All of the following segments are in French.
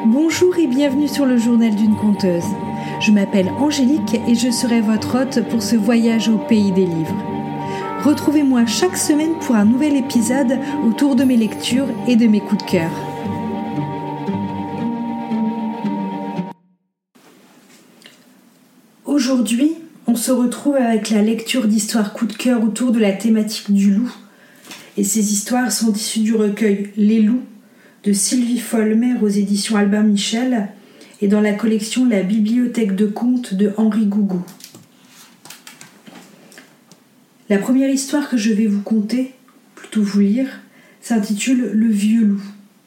Bonjour et bienvenue sur le journal d'une conteuse. Je m'appelle Angélique et je serai votre hôte pour ce voyage au pays des livres. Retrouvez-moi chaque semaine pour un nouvel épisode autour de mes lectures et de mes coups de cœur. Aujourd'hui, on se retrouve avec la lecture d'histoires coup de cœur autour de la thématique du loup. Et ces histoires sont issues du recueil Les loups de Sylvie Folmer aux éditions Albin Michel et dans la collection La bibliothèque de contes de Henri Gougaud. La première histoire que je vais vous conter, plutôt vous lire, s'intitule Le vieux loup.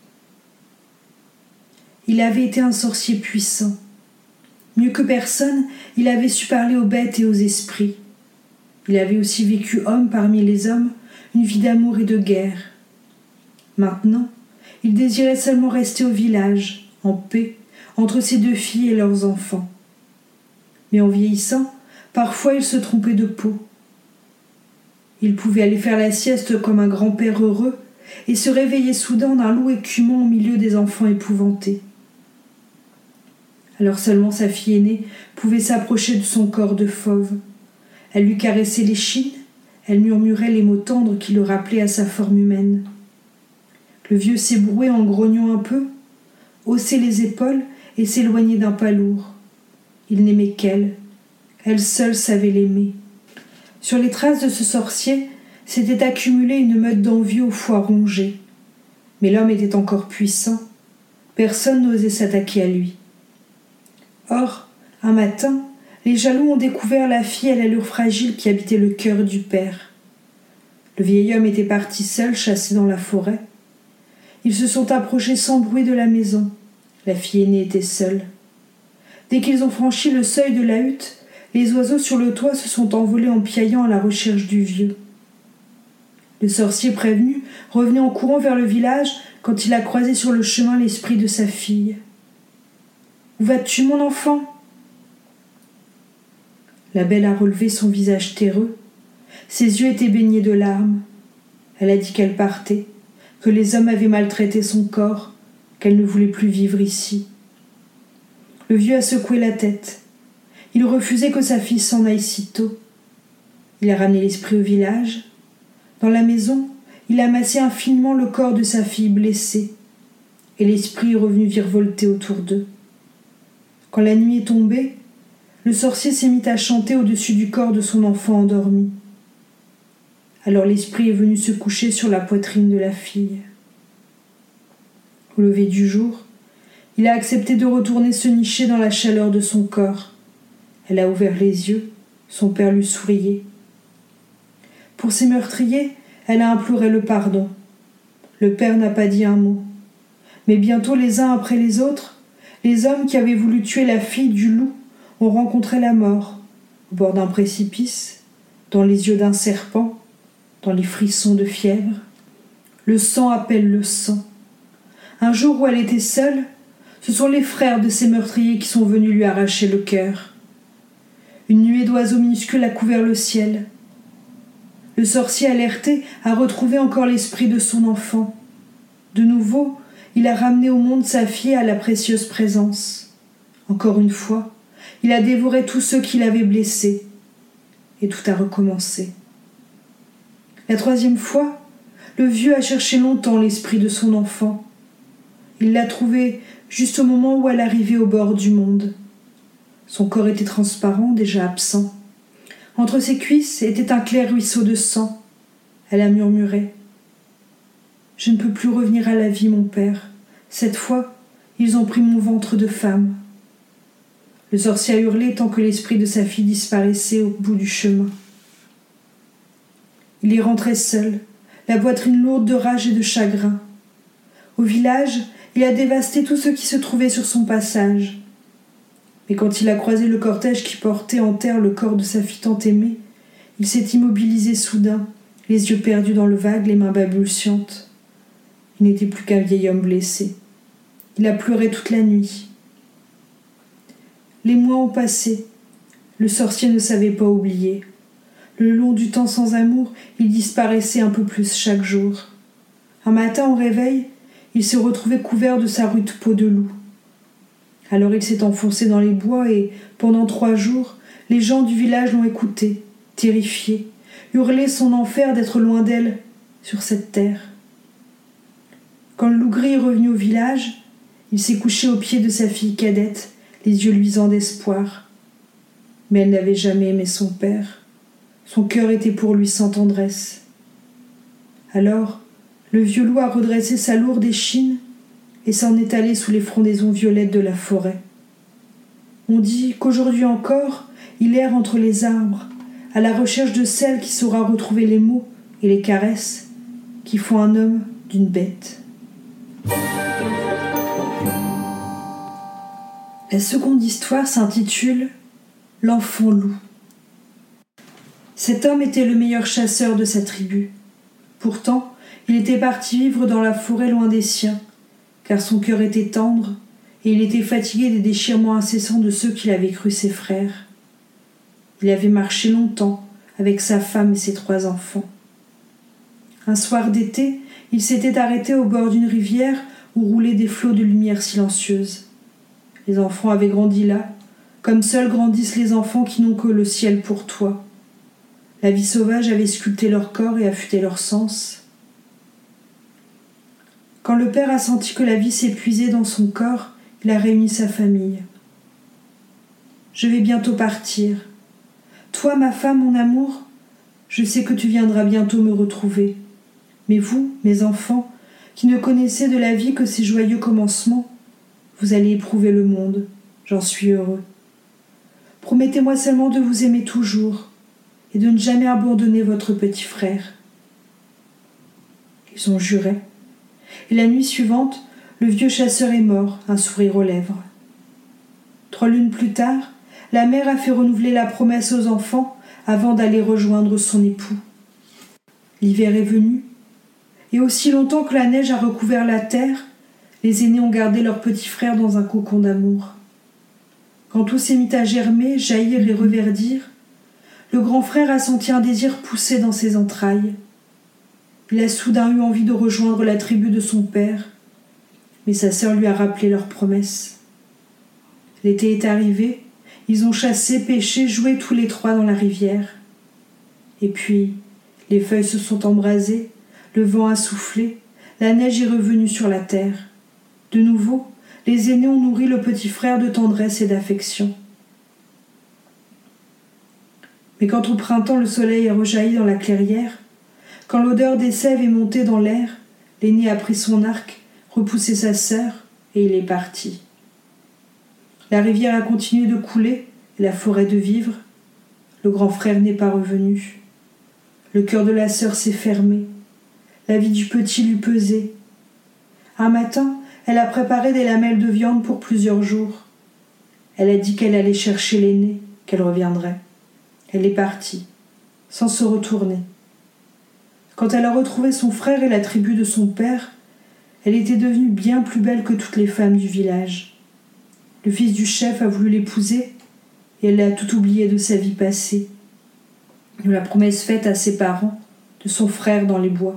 Il avait été un sorcier puissant. Mieux que personne, il avait su parler aux bêtes et aux esprits. Il avait aussi vécu homme parmi les hommes, une vie d'amour et de guerre. Maintenant, il désirait seulement rester au village, en paix, entre ses deux filles et leurs enfants. Mais en vieillissant, parfois il se trompait de peau. Il pouvait aller faire la sieste comme un grand-père heureux et se réveiller soudain d'un loup écumant au milieu des enfants épouvantés. Alors seulement sa fille aînée pouvait s'approcher de son corps de fauve. Elle lui caressait l'échine, elle murmurait les mots tendres qui le rappelaient à sa forme humaine. Le vieux s'ébrouait en grognant un peu, haussait les épaules et s'éloignait d'un pas lourd. Il n'aimait qu'elle. Elle seule savait l'aimer. Sur les traces de ce sorcier s'était accumulée une meute d'envieux au foie rongé. Mais l'homme était encore puissant. Personne n'osait s'attaquer à lui. Or, un matin, les jaloux ont découvert la fille à l'allure fragile qui habitait le cœur du père. Le vieil homme était parti seul chasser dans la forêt. Ils se sont approchés sans bruit de la maison. La fille aînée était seule. Dès qu'ils ont franchi le seuil de la hutte, les oiseaux sur le toit se sont envolés en piaillant à la recherche du vieux. Le sorcier prévenu revenait en courant vers le village quand il a croisé sur le chemin l'esprit de sa fille. « Où vas-tu, mon enfant ?» La belle a relevé son visage terreux. Ses yeux étaient baignés de larmes. Elle a dit qu'elle partait, que les hommes avaient maltraité son corps, qu'elle ne voulait plus vivre ici. Le vieux a secoué la tête. Il refusait que sa fille s'en aille si tôt. Il a ramené l'esprit au village. Dans la maison, il a massé infiniment le corps de sa fille blessée, et l'esprit est revenu virevolter autour d'eux. Quand la nuit est tombée, le sorcier s'est mis à chanter au-dessus du corps de son enfant endormi. Alors l'esprit est venu se coucher sur la poitrine de la fille. Au lever du jour, il a accepté de retourner se nicher dans la chaleur de son corps. Elle a ouvert les yeux, son père lui souriait. Pour ses meurtriers, elle a imploré le pardon. Le père n'a pas dit un mot. Mais bientôt, les uns après les autres, les hommes qui avaient voulu tuer la fille du loup ont rencontré la mort, au bord d'un précipice, dans les yeux d'un serpent, dans les frissons de fièvre. Le sang appelle le sang. Un jour où elle était seule, ce sont les frères de ces meurtriers qui sont venus lui arracher le cœur. Une nuée d'oiseaux minuscules a couvert le ciel. Le sorcier alerté a retrouvé encore l'esprit de son enfant. De nouveau, il a ramené au monde sa fille à la précieuse présence. Encore une fois, il a dévoré tous ceux qui l'avaient blessé. Et tout a recommencé. La troisième fois, le vieux a cherché longtemps l'esprit de son enfant. Il l'a trouvé juste au moment où elle arrivait au bord du monde. Son corps était transparent, déjà absent. Entre ses cuisses était un clair ruisseau de sang. Elle a murmuré « Je ne peux plus revenir à la vie, mon père. Cette fois, ils ont pris mon ventre de femme. » Le sorcier a hurlé tant que l'esprit de sa fille disparaissait au bout du chemin. Il est rentré seul, la poitrine lourde de rage et de chagrin. Au village, il a dévasté tous ceux qui se trouvaient sur son passage. Mais quand il a croisé le cortège qui portait en terre le corps de sa fille tant aimée, il s'est immobilisé soudain, les yeux perdus dans le vague, les mains balbutiantes. Il n'était plus qu'un vieil homme blessé. Il a pleuré toute la nuit. Les mois ont passé. Le sorcier ne savait pas oublier. Le long du temps sans amour, il disparaissait un peu plus chaque jour. Un matin, au réveil, il s'est retrouvé couvert de sa rude peau de loup. Alors il s'est enfoncé dans les bois et, pendant 3 jours, les gens du village l'ont écouté, terrifiés, hurler son enfer d'être loin d'elle, sur cette terre. Quand le loup gris est revenu au village, il s'est couché aux pieds de sa fille cadette, les yeux luisants d'espoir. Mais elle n'avait jamais aimé son père. Son cœur était pour lui sans tendresse. Alors, le vieux loup a redressé sa lourde échine et s'en est allé sous les frondaisons violettes de la forêt. On dit qu'aujourd'hui encore, il erre entre les arbres, à la recherche de celle qui saura retrouver les mots et les caresses qui font un homme d'une bête. La seconde histoire s'intitule « L'enfant loup ». Cet homme était le meilleur chasseur de sa tribu. Pourtant, il était parti vivre dans la forêt loin des siens, car son cœur était tendre et il était fatigué des déchirements incessants de ceux qu'il avait crus ses frères. Il avait marché longtemps avec sa femme et ses 3 enfants. Un soir d'été, il s'était arrêté au bord d'une rivière où roulaient des flots de lumière silencieuse. Les enfants avaient grandi là, comme seuls grandissent les enfants qui n'ont que le ciel pour toit. La vie sauvage avait sculpté leur corps et affûté leurs sens. Quand le père a senti que la vie s'épuisait dans son corps, il a réuni sa famille. « Je vais bientôt partir. Toi, ma femme, mon amour, je sais que tu viendras bientôt me retrouver. Mais vous, mes enfants, qui ne connaissez de la vie que ses joyeux commencements, vous allez éprouver le monde, j'en suis heureux. Promettez-moi seulement de vous aimer toujours et de ne jamais abandonner votre petit frère. » Ils ont juré. Et la nuit suivante, le vieux chasseur est mort, un sourire aux lèvres. 3 lunes plus tard, la mère a fait renouveler la promesse aux enfants avant d'aller rejoindre son époux. L'hiver est venu, et aussi longtemps que la neige a recouvert la terre, les aînés ont gardé leur petit frère dans un cocon d'amour. Quand tout s'est mis à germer, jaillir et reverdir, le grand frère a senti un désir pousser dans ses entrailles. Il a soudain eu envie de rejoindre la tribu de son père, mais sa sœur lui a rappelé leur promesse. L'été est arrivé, ils ont chassé, pêché, joué tous les 3 dans la rivière. Et puis, les feuilles se sont embrasées, le vent a soufflé, la neige est revenue sur la terre. De nouveau, les aînés ont nourri le petit frère de tendresse et d'affection. Mais quand au printemps le soleil a rejailli dans la clairière, quand l'odeur des sèves est montée dans l'air, l'aîné a pris son arc, repoussé sa sœur, et il est parti. La rivière a continué de couler, et la forêt de vivre. Le grand frère n'est pas revenu. Le cœur de la sœur s'est fermé. La vie du petit lui pesait. Un matin, elle a préparé des lamelles de viande pour plusieurs jours. Elle a dit qu'elle allait chercher l'aîné, qu'elle reviendrait. Elle est partie, sans se retourner. Quand elle a retrouvé son frère et la tribu de son père, elle était devenue bien plus belle que toutes les femmes du village. Le fils du chef a voulu l'épouser et elle a tout oublié de sa vie passée, de la promesse faite à ses parents, de son frère dans les bois.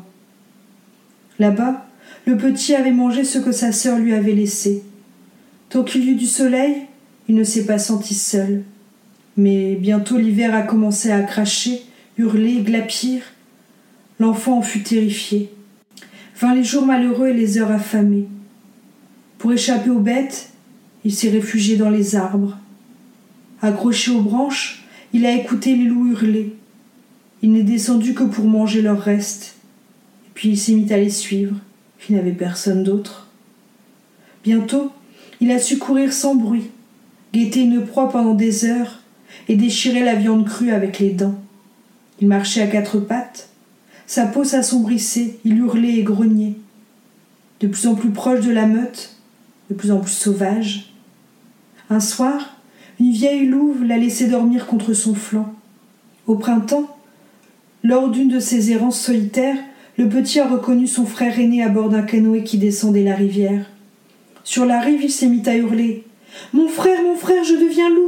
Là-bas, le petit avait mangé ce que sa sœur lui avait laissé. Tant qu'il y eut du soleil, il ne s'est pas senti seul. Mais bientôt l'hiver a commencé à cracher, hurler, glapir. L'enfant en fut terrifié. Vinrent les jours malheureux et les heures affamées. Pour échapper aux bêtes, il s'est réfugié dans les arbres. Accroché aux branches, il a écouté les loups hurler. Il n'est descendu que pour manger leurs restes. Et puis il s'est mis à les suivre. Il n'avait personne d'autre. Bientôt, il a su courir sans bruit, guetter une proie pendant des heures et déchirer la viande crue avec les dents. Il marchait à 4 pattes. Sa peau s'assombrissait, il hurlait et grognait. De plus en plus proche de la meute, de plus en plus sauvage. Un soir, une vieille louve l'a laissé dormir contre son flanc. Au printemps, lors d'une de ses errances solitaires, le petit a reconnu son frère aîné à bord d'un canoë qui descendait la rivière. Sur la rive, il s'est mis à hurler « Mon frère, je deviens loup !»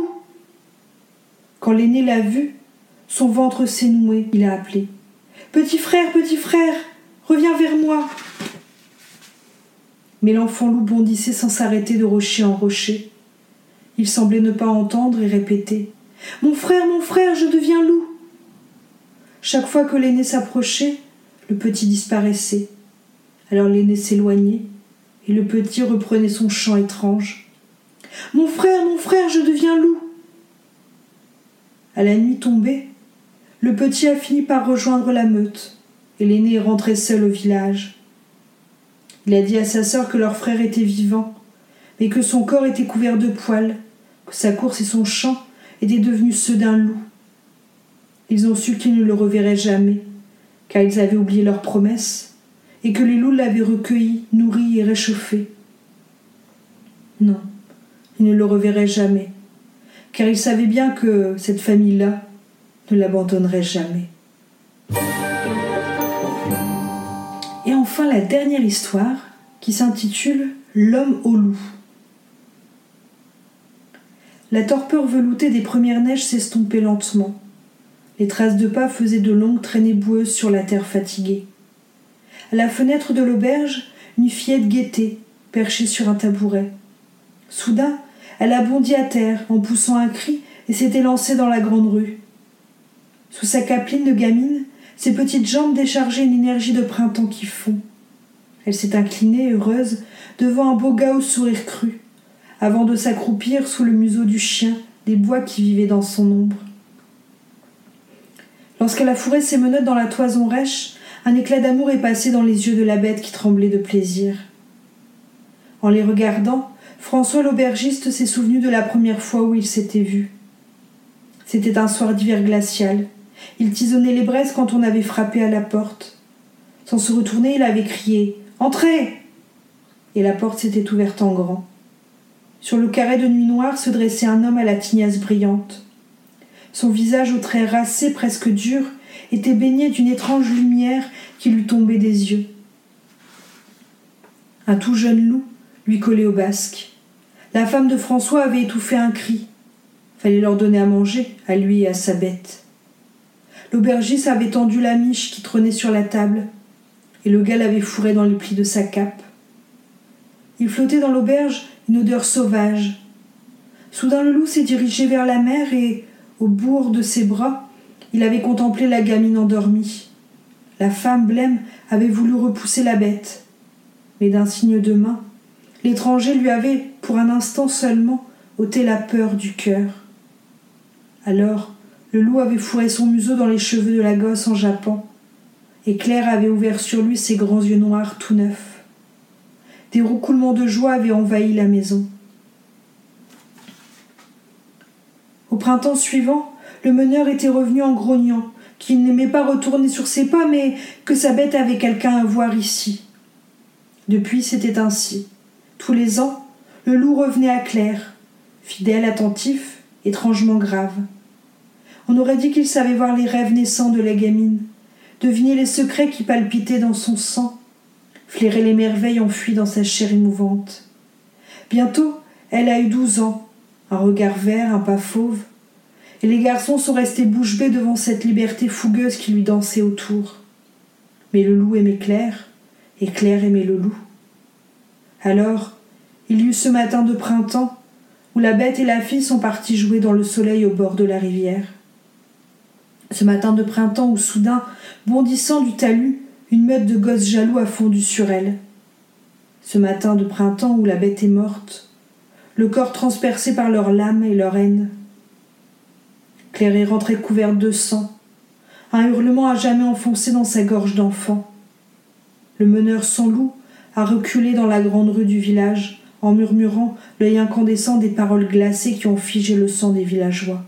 Quand l'aîné l'a vu, son ventre s'est noué, il a appelé « Petit frère, reviens vers moi !» Mais l'enfant loup bondissait sans s'arrêter de rocher en rocher, Il semblait ne pas entendre et répétait « mon frère, je deviens loup !» Chaque fois que l'aîné s'approchait, le petit disparaissait. Alors l'aîné s'éloignait, et le petit reprenait son chant étrange. « mon frère, je deviens loup !» À la nuit tombée, le petit a fini par rejoindre la meute, et l'aîné est rentré seul au village. Il a dit à sa sœur que leur frère était vivant, mais que son corps était couvert de poils, que sa course et son chant étaient devenus ceux d'un loup. Ils ont su qu'ils ne le reverraient jamais, car ils avaient oublié leur promesse, et que les loups l'avaient recueilli, nourri et réchauffé. Non, ils ne le reverraient jamais, car ils savaient bien que cette famille-là ne l'abandonnerait jamais. Et enfin la dernière histoire, qui s'intitule « L'homme au loup ». La torpeur veloutée des premières neiges s'estompait lentement. Les traces de pas faisaient de longues traînées boueuses sur la terre fatiguée. À la fenêtre de l'auberge, une fillette guettait, perchée sur un tabouret. Soudain, elle a bondi à terre en poussant un cri et s'était lancée dans la grande rue. Sous sa capeline de gamine, ses petites jambes déchargeaient une énergie de printemps qui fond. Elle s'est inclinée, heureuse, devant un beau gars au sourire cru, avant de s'accroupir sous le museau du chien des bois qui vivaient dans son ombre. Lorsqu'elle a fourré ses menottes dans la toison rêche, un éclat d'amour est passé dans les yeux de la bête qui tremblait de plaisir. En les regardant, François l'aubergiste s'est souvenu de la première fois où ils s'étaient vus. C'était un soir d'hiver glacial. Il tisonnait les braises quand on avait frappé à la porte. Sans se retourner, il avait crié « Entrez !» Et la porte s'était ouverte en grand. Sur le carré de nuit noire se dressait un homme à la tignasse brillante. Son visage aux traits racés, presque durs, était baigné d'une étrange lumière qui lui tombait des yeux. Un tout jeune loup lui collait au basque. La femme de François avait étouffé un cri. Fallait leur donner à manger, à lui et à sa bête. L'aubergiste avait tendu la miche qui trônait sur la table, et le gars l'avait fourré dans les plis de sa cape. Il flottait dans l'auberge une odeur sauvage. Soudain le loup s'est dirigé vers la mer et, au bourg de ses bras, il avait contemplé la gamine endormie. La femme blême avait voulu repousser la bête, mais d'un signe de main, l'étranger lui avait, pour un instant seulement, ôté la peur du cœur. Alors, le loup avait fourré son museau dans les cheveux de la gosse en jappant, et Claire avait ouvert sur lui ses grands yeux noirs tout neufs. Des roucoulements de joie avaient envahi la maison. Au printemps suivant, le meneur était revenu en grognant, qu'il n'aimait pas retourner sur ses pas, mais que sa bête avait quelqu'un à voir ici. Depuis, c'était ainsi. Tous les ans, le loup revenait à Claire, fidèle, attentif, étrangement grave. On aurait dit qu'il savait voir les rêves naissants de la gamine, deviner les secrets qui palpitaient dans son sang, flairer les merveilles enfuies dans sa chair émouvante. Bientôt, elle a eu 12 ans, un regard vert, un pas fauve, et les garçons sont restés bouche bée devant cette liberté fougueuse qui lui dansait autour. Mais le loup aimait Claire, et Claire aimait le loup. Alors, il y eut ce matin de printemps où la bête et la fille sont parties jouer dans le soleil au bord de la rivière. Ce matin de printemps où soudain, bondissant du talus, une meute de gosses jaloux a fondu sur elle. Ce matin de printemps où la bête est morte, le corps transpercé par leurs lames et leur haine. Claire est rentrée couverte de sang, un hurlement à jamais enfoncé dans sa gorge d'enfant. Le meneur sans loup a reculé dans la grande rue du village, en murmurant, l'œil incandescent, des paroles glacées qui ont figé le sang des villageois.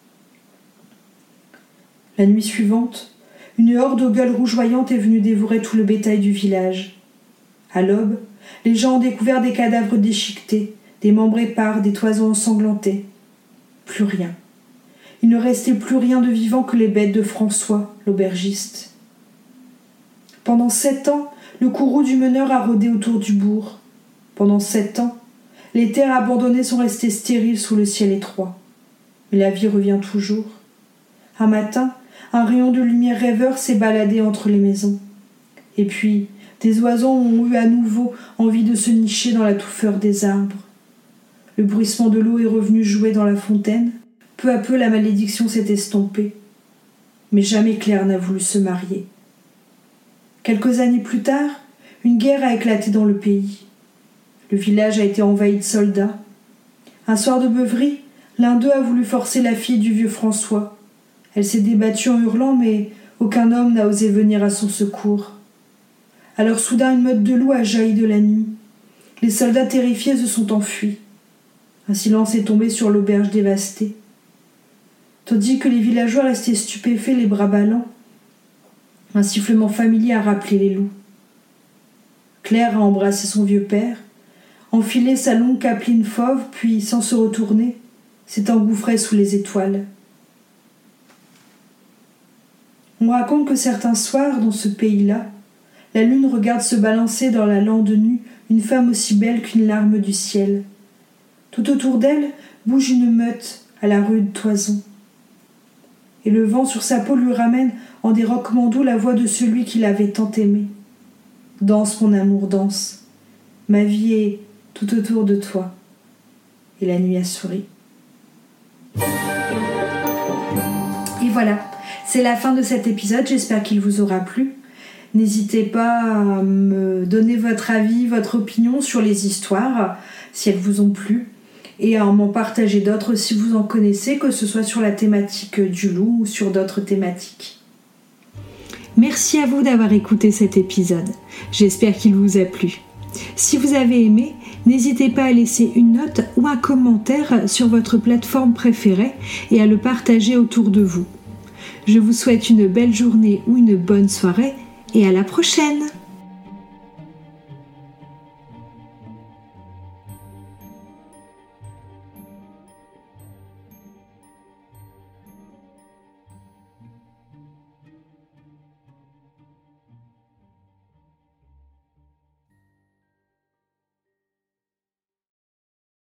La nuit suivante, une horde aux gueules rougeoyantes est venue dévorer tout le bétail du village. À l'aube, les gens ont découvert des cadavres déchiquetés, des membres épars, des toisons ensanglantées. Plus rien. Il ne restait plus rien de vivant que les bêtes de François, l'aubergiste. Pendant 7 ans, le courroux du meneur a rôdé autour du bourg. Pendant 7 ans, les terres abandonnées sont restées stériles sous le ciel étroit. Mais la vie revient toujours. Un matin, un rayon de lumière rêveur s'est baladé entre les maisons. Et puis, des oiseaux ont eu à nouveau envie de se nicher dans la touffeur des arbres. le bruissement de l'eau est revenu jouer dans la fontaine. Peu à peu, la malédiction s'est estompée. Mais jamais Claire n'a voulu se marier. Quelques années plus tard, une guerre a éclaté dans le pays. Le village a été envahi de soldats. Un soir de beuverie, l'un d'eux a voulu forcer la fille du vieux François. Elle s'est débattue en hurlant, mais aucun homme n'a osé venir à son secours. Alors soudain, une meute de loups a jailli de la nuit. Les soldats terrifiés se sont enfuis. Un silence est tombé sur l'auberge dévastée. Tandis que les villageois restaient stupéfaits, les bras ballants, un sifflement familier a rappelé les loups. Claire a embrassé son vieux père, enfilé sa longue capeline fauve, puis, sans se retourner, s'est engouffrée sous les étoiles. On raconte que certains soirs, dans ce pays-là, la lune regarde se balancer dans la lande nue une femme aussi belle qu'une larme du ciel. Tout autour d'elle bouge une meute à la rude toison. Et le vent sur sa peau lui ramène en des roquements doux la voix de celui qui l'avait tant aimé. Danse, mon amour, danse. Ma vie est tout autour de toi. Et la nuit a souri. Et voilà, c'est la fin de cet épisode. J'espère qu'il vous aura plu. N'hésitez pas à me donner votre avis, votre opinion sur les histoires, si elles vous ont plu, et à m'en partager d'autres si vous en connaissez, que ce soit sur la thématique du loup ou sur d'autres thématiques. Merci à vous d'avoir écouté cet épisode. J'espère qu'il vous a plu. Si vous avez aimé, n'hésitez pas à laisser une note ou un commentaire sur votre plateforme préférée et à le partager autour de vous. Je vous souhaite une belle journée ou une bonne soirée et à la prochaine!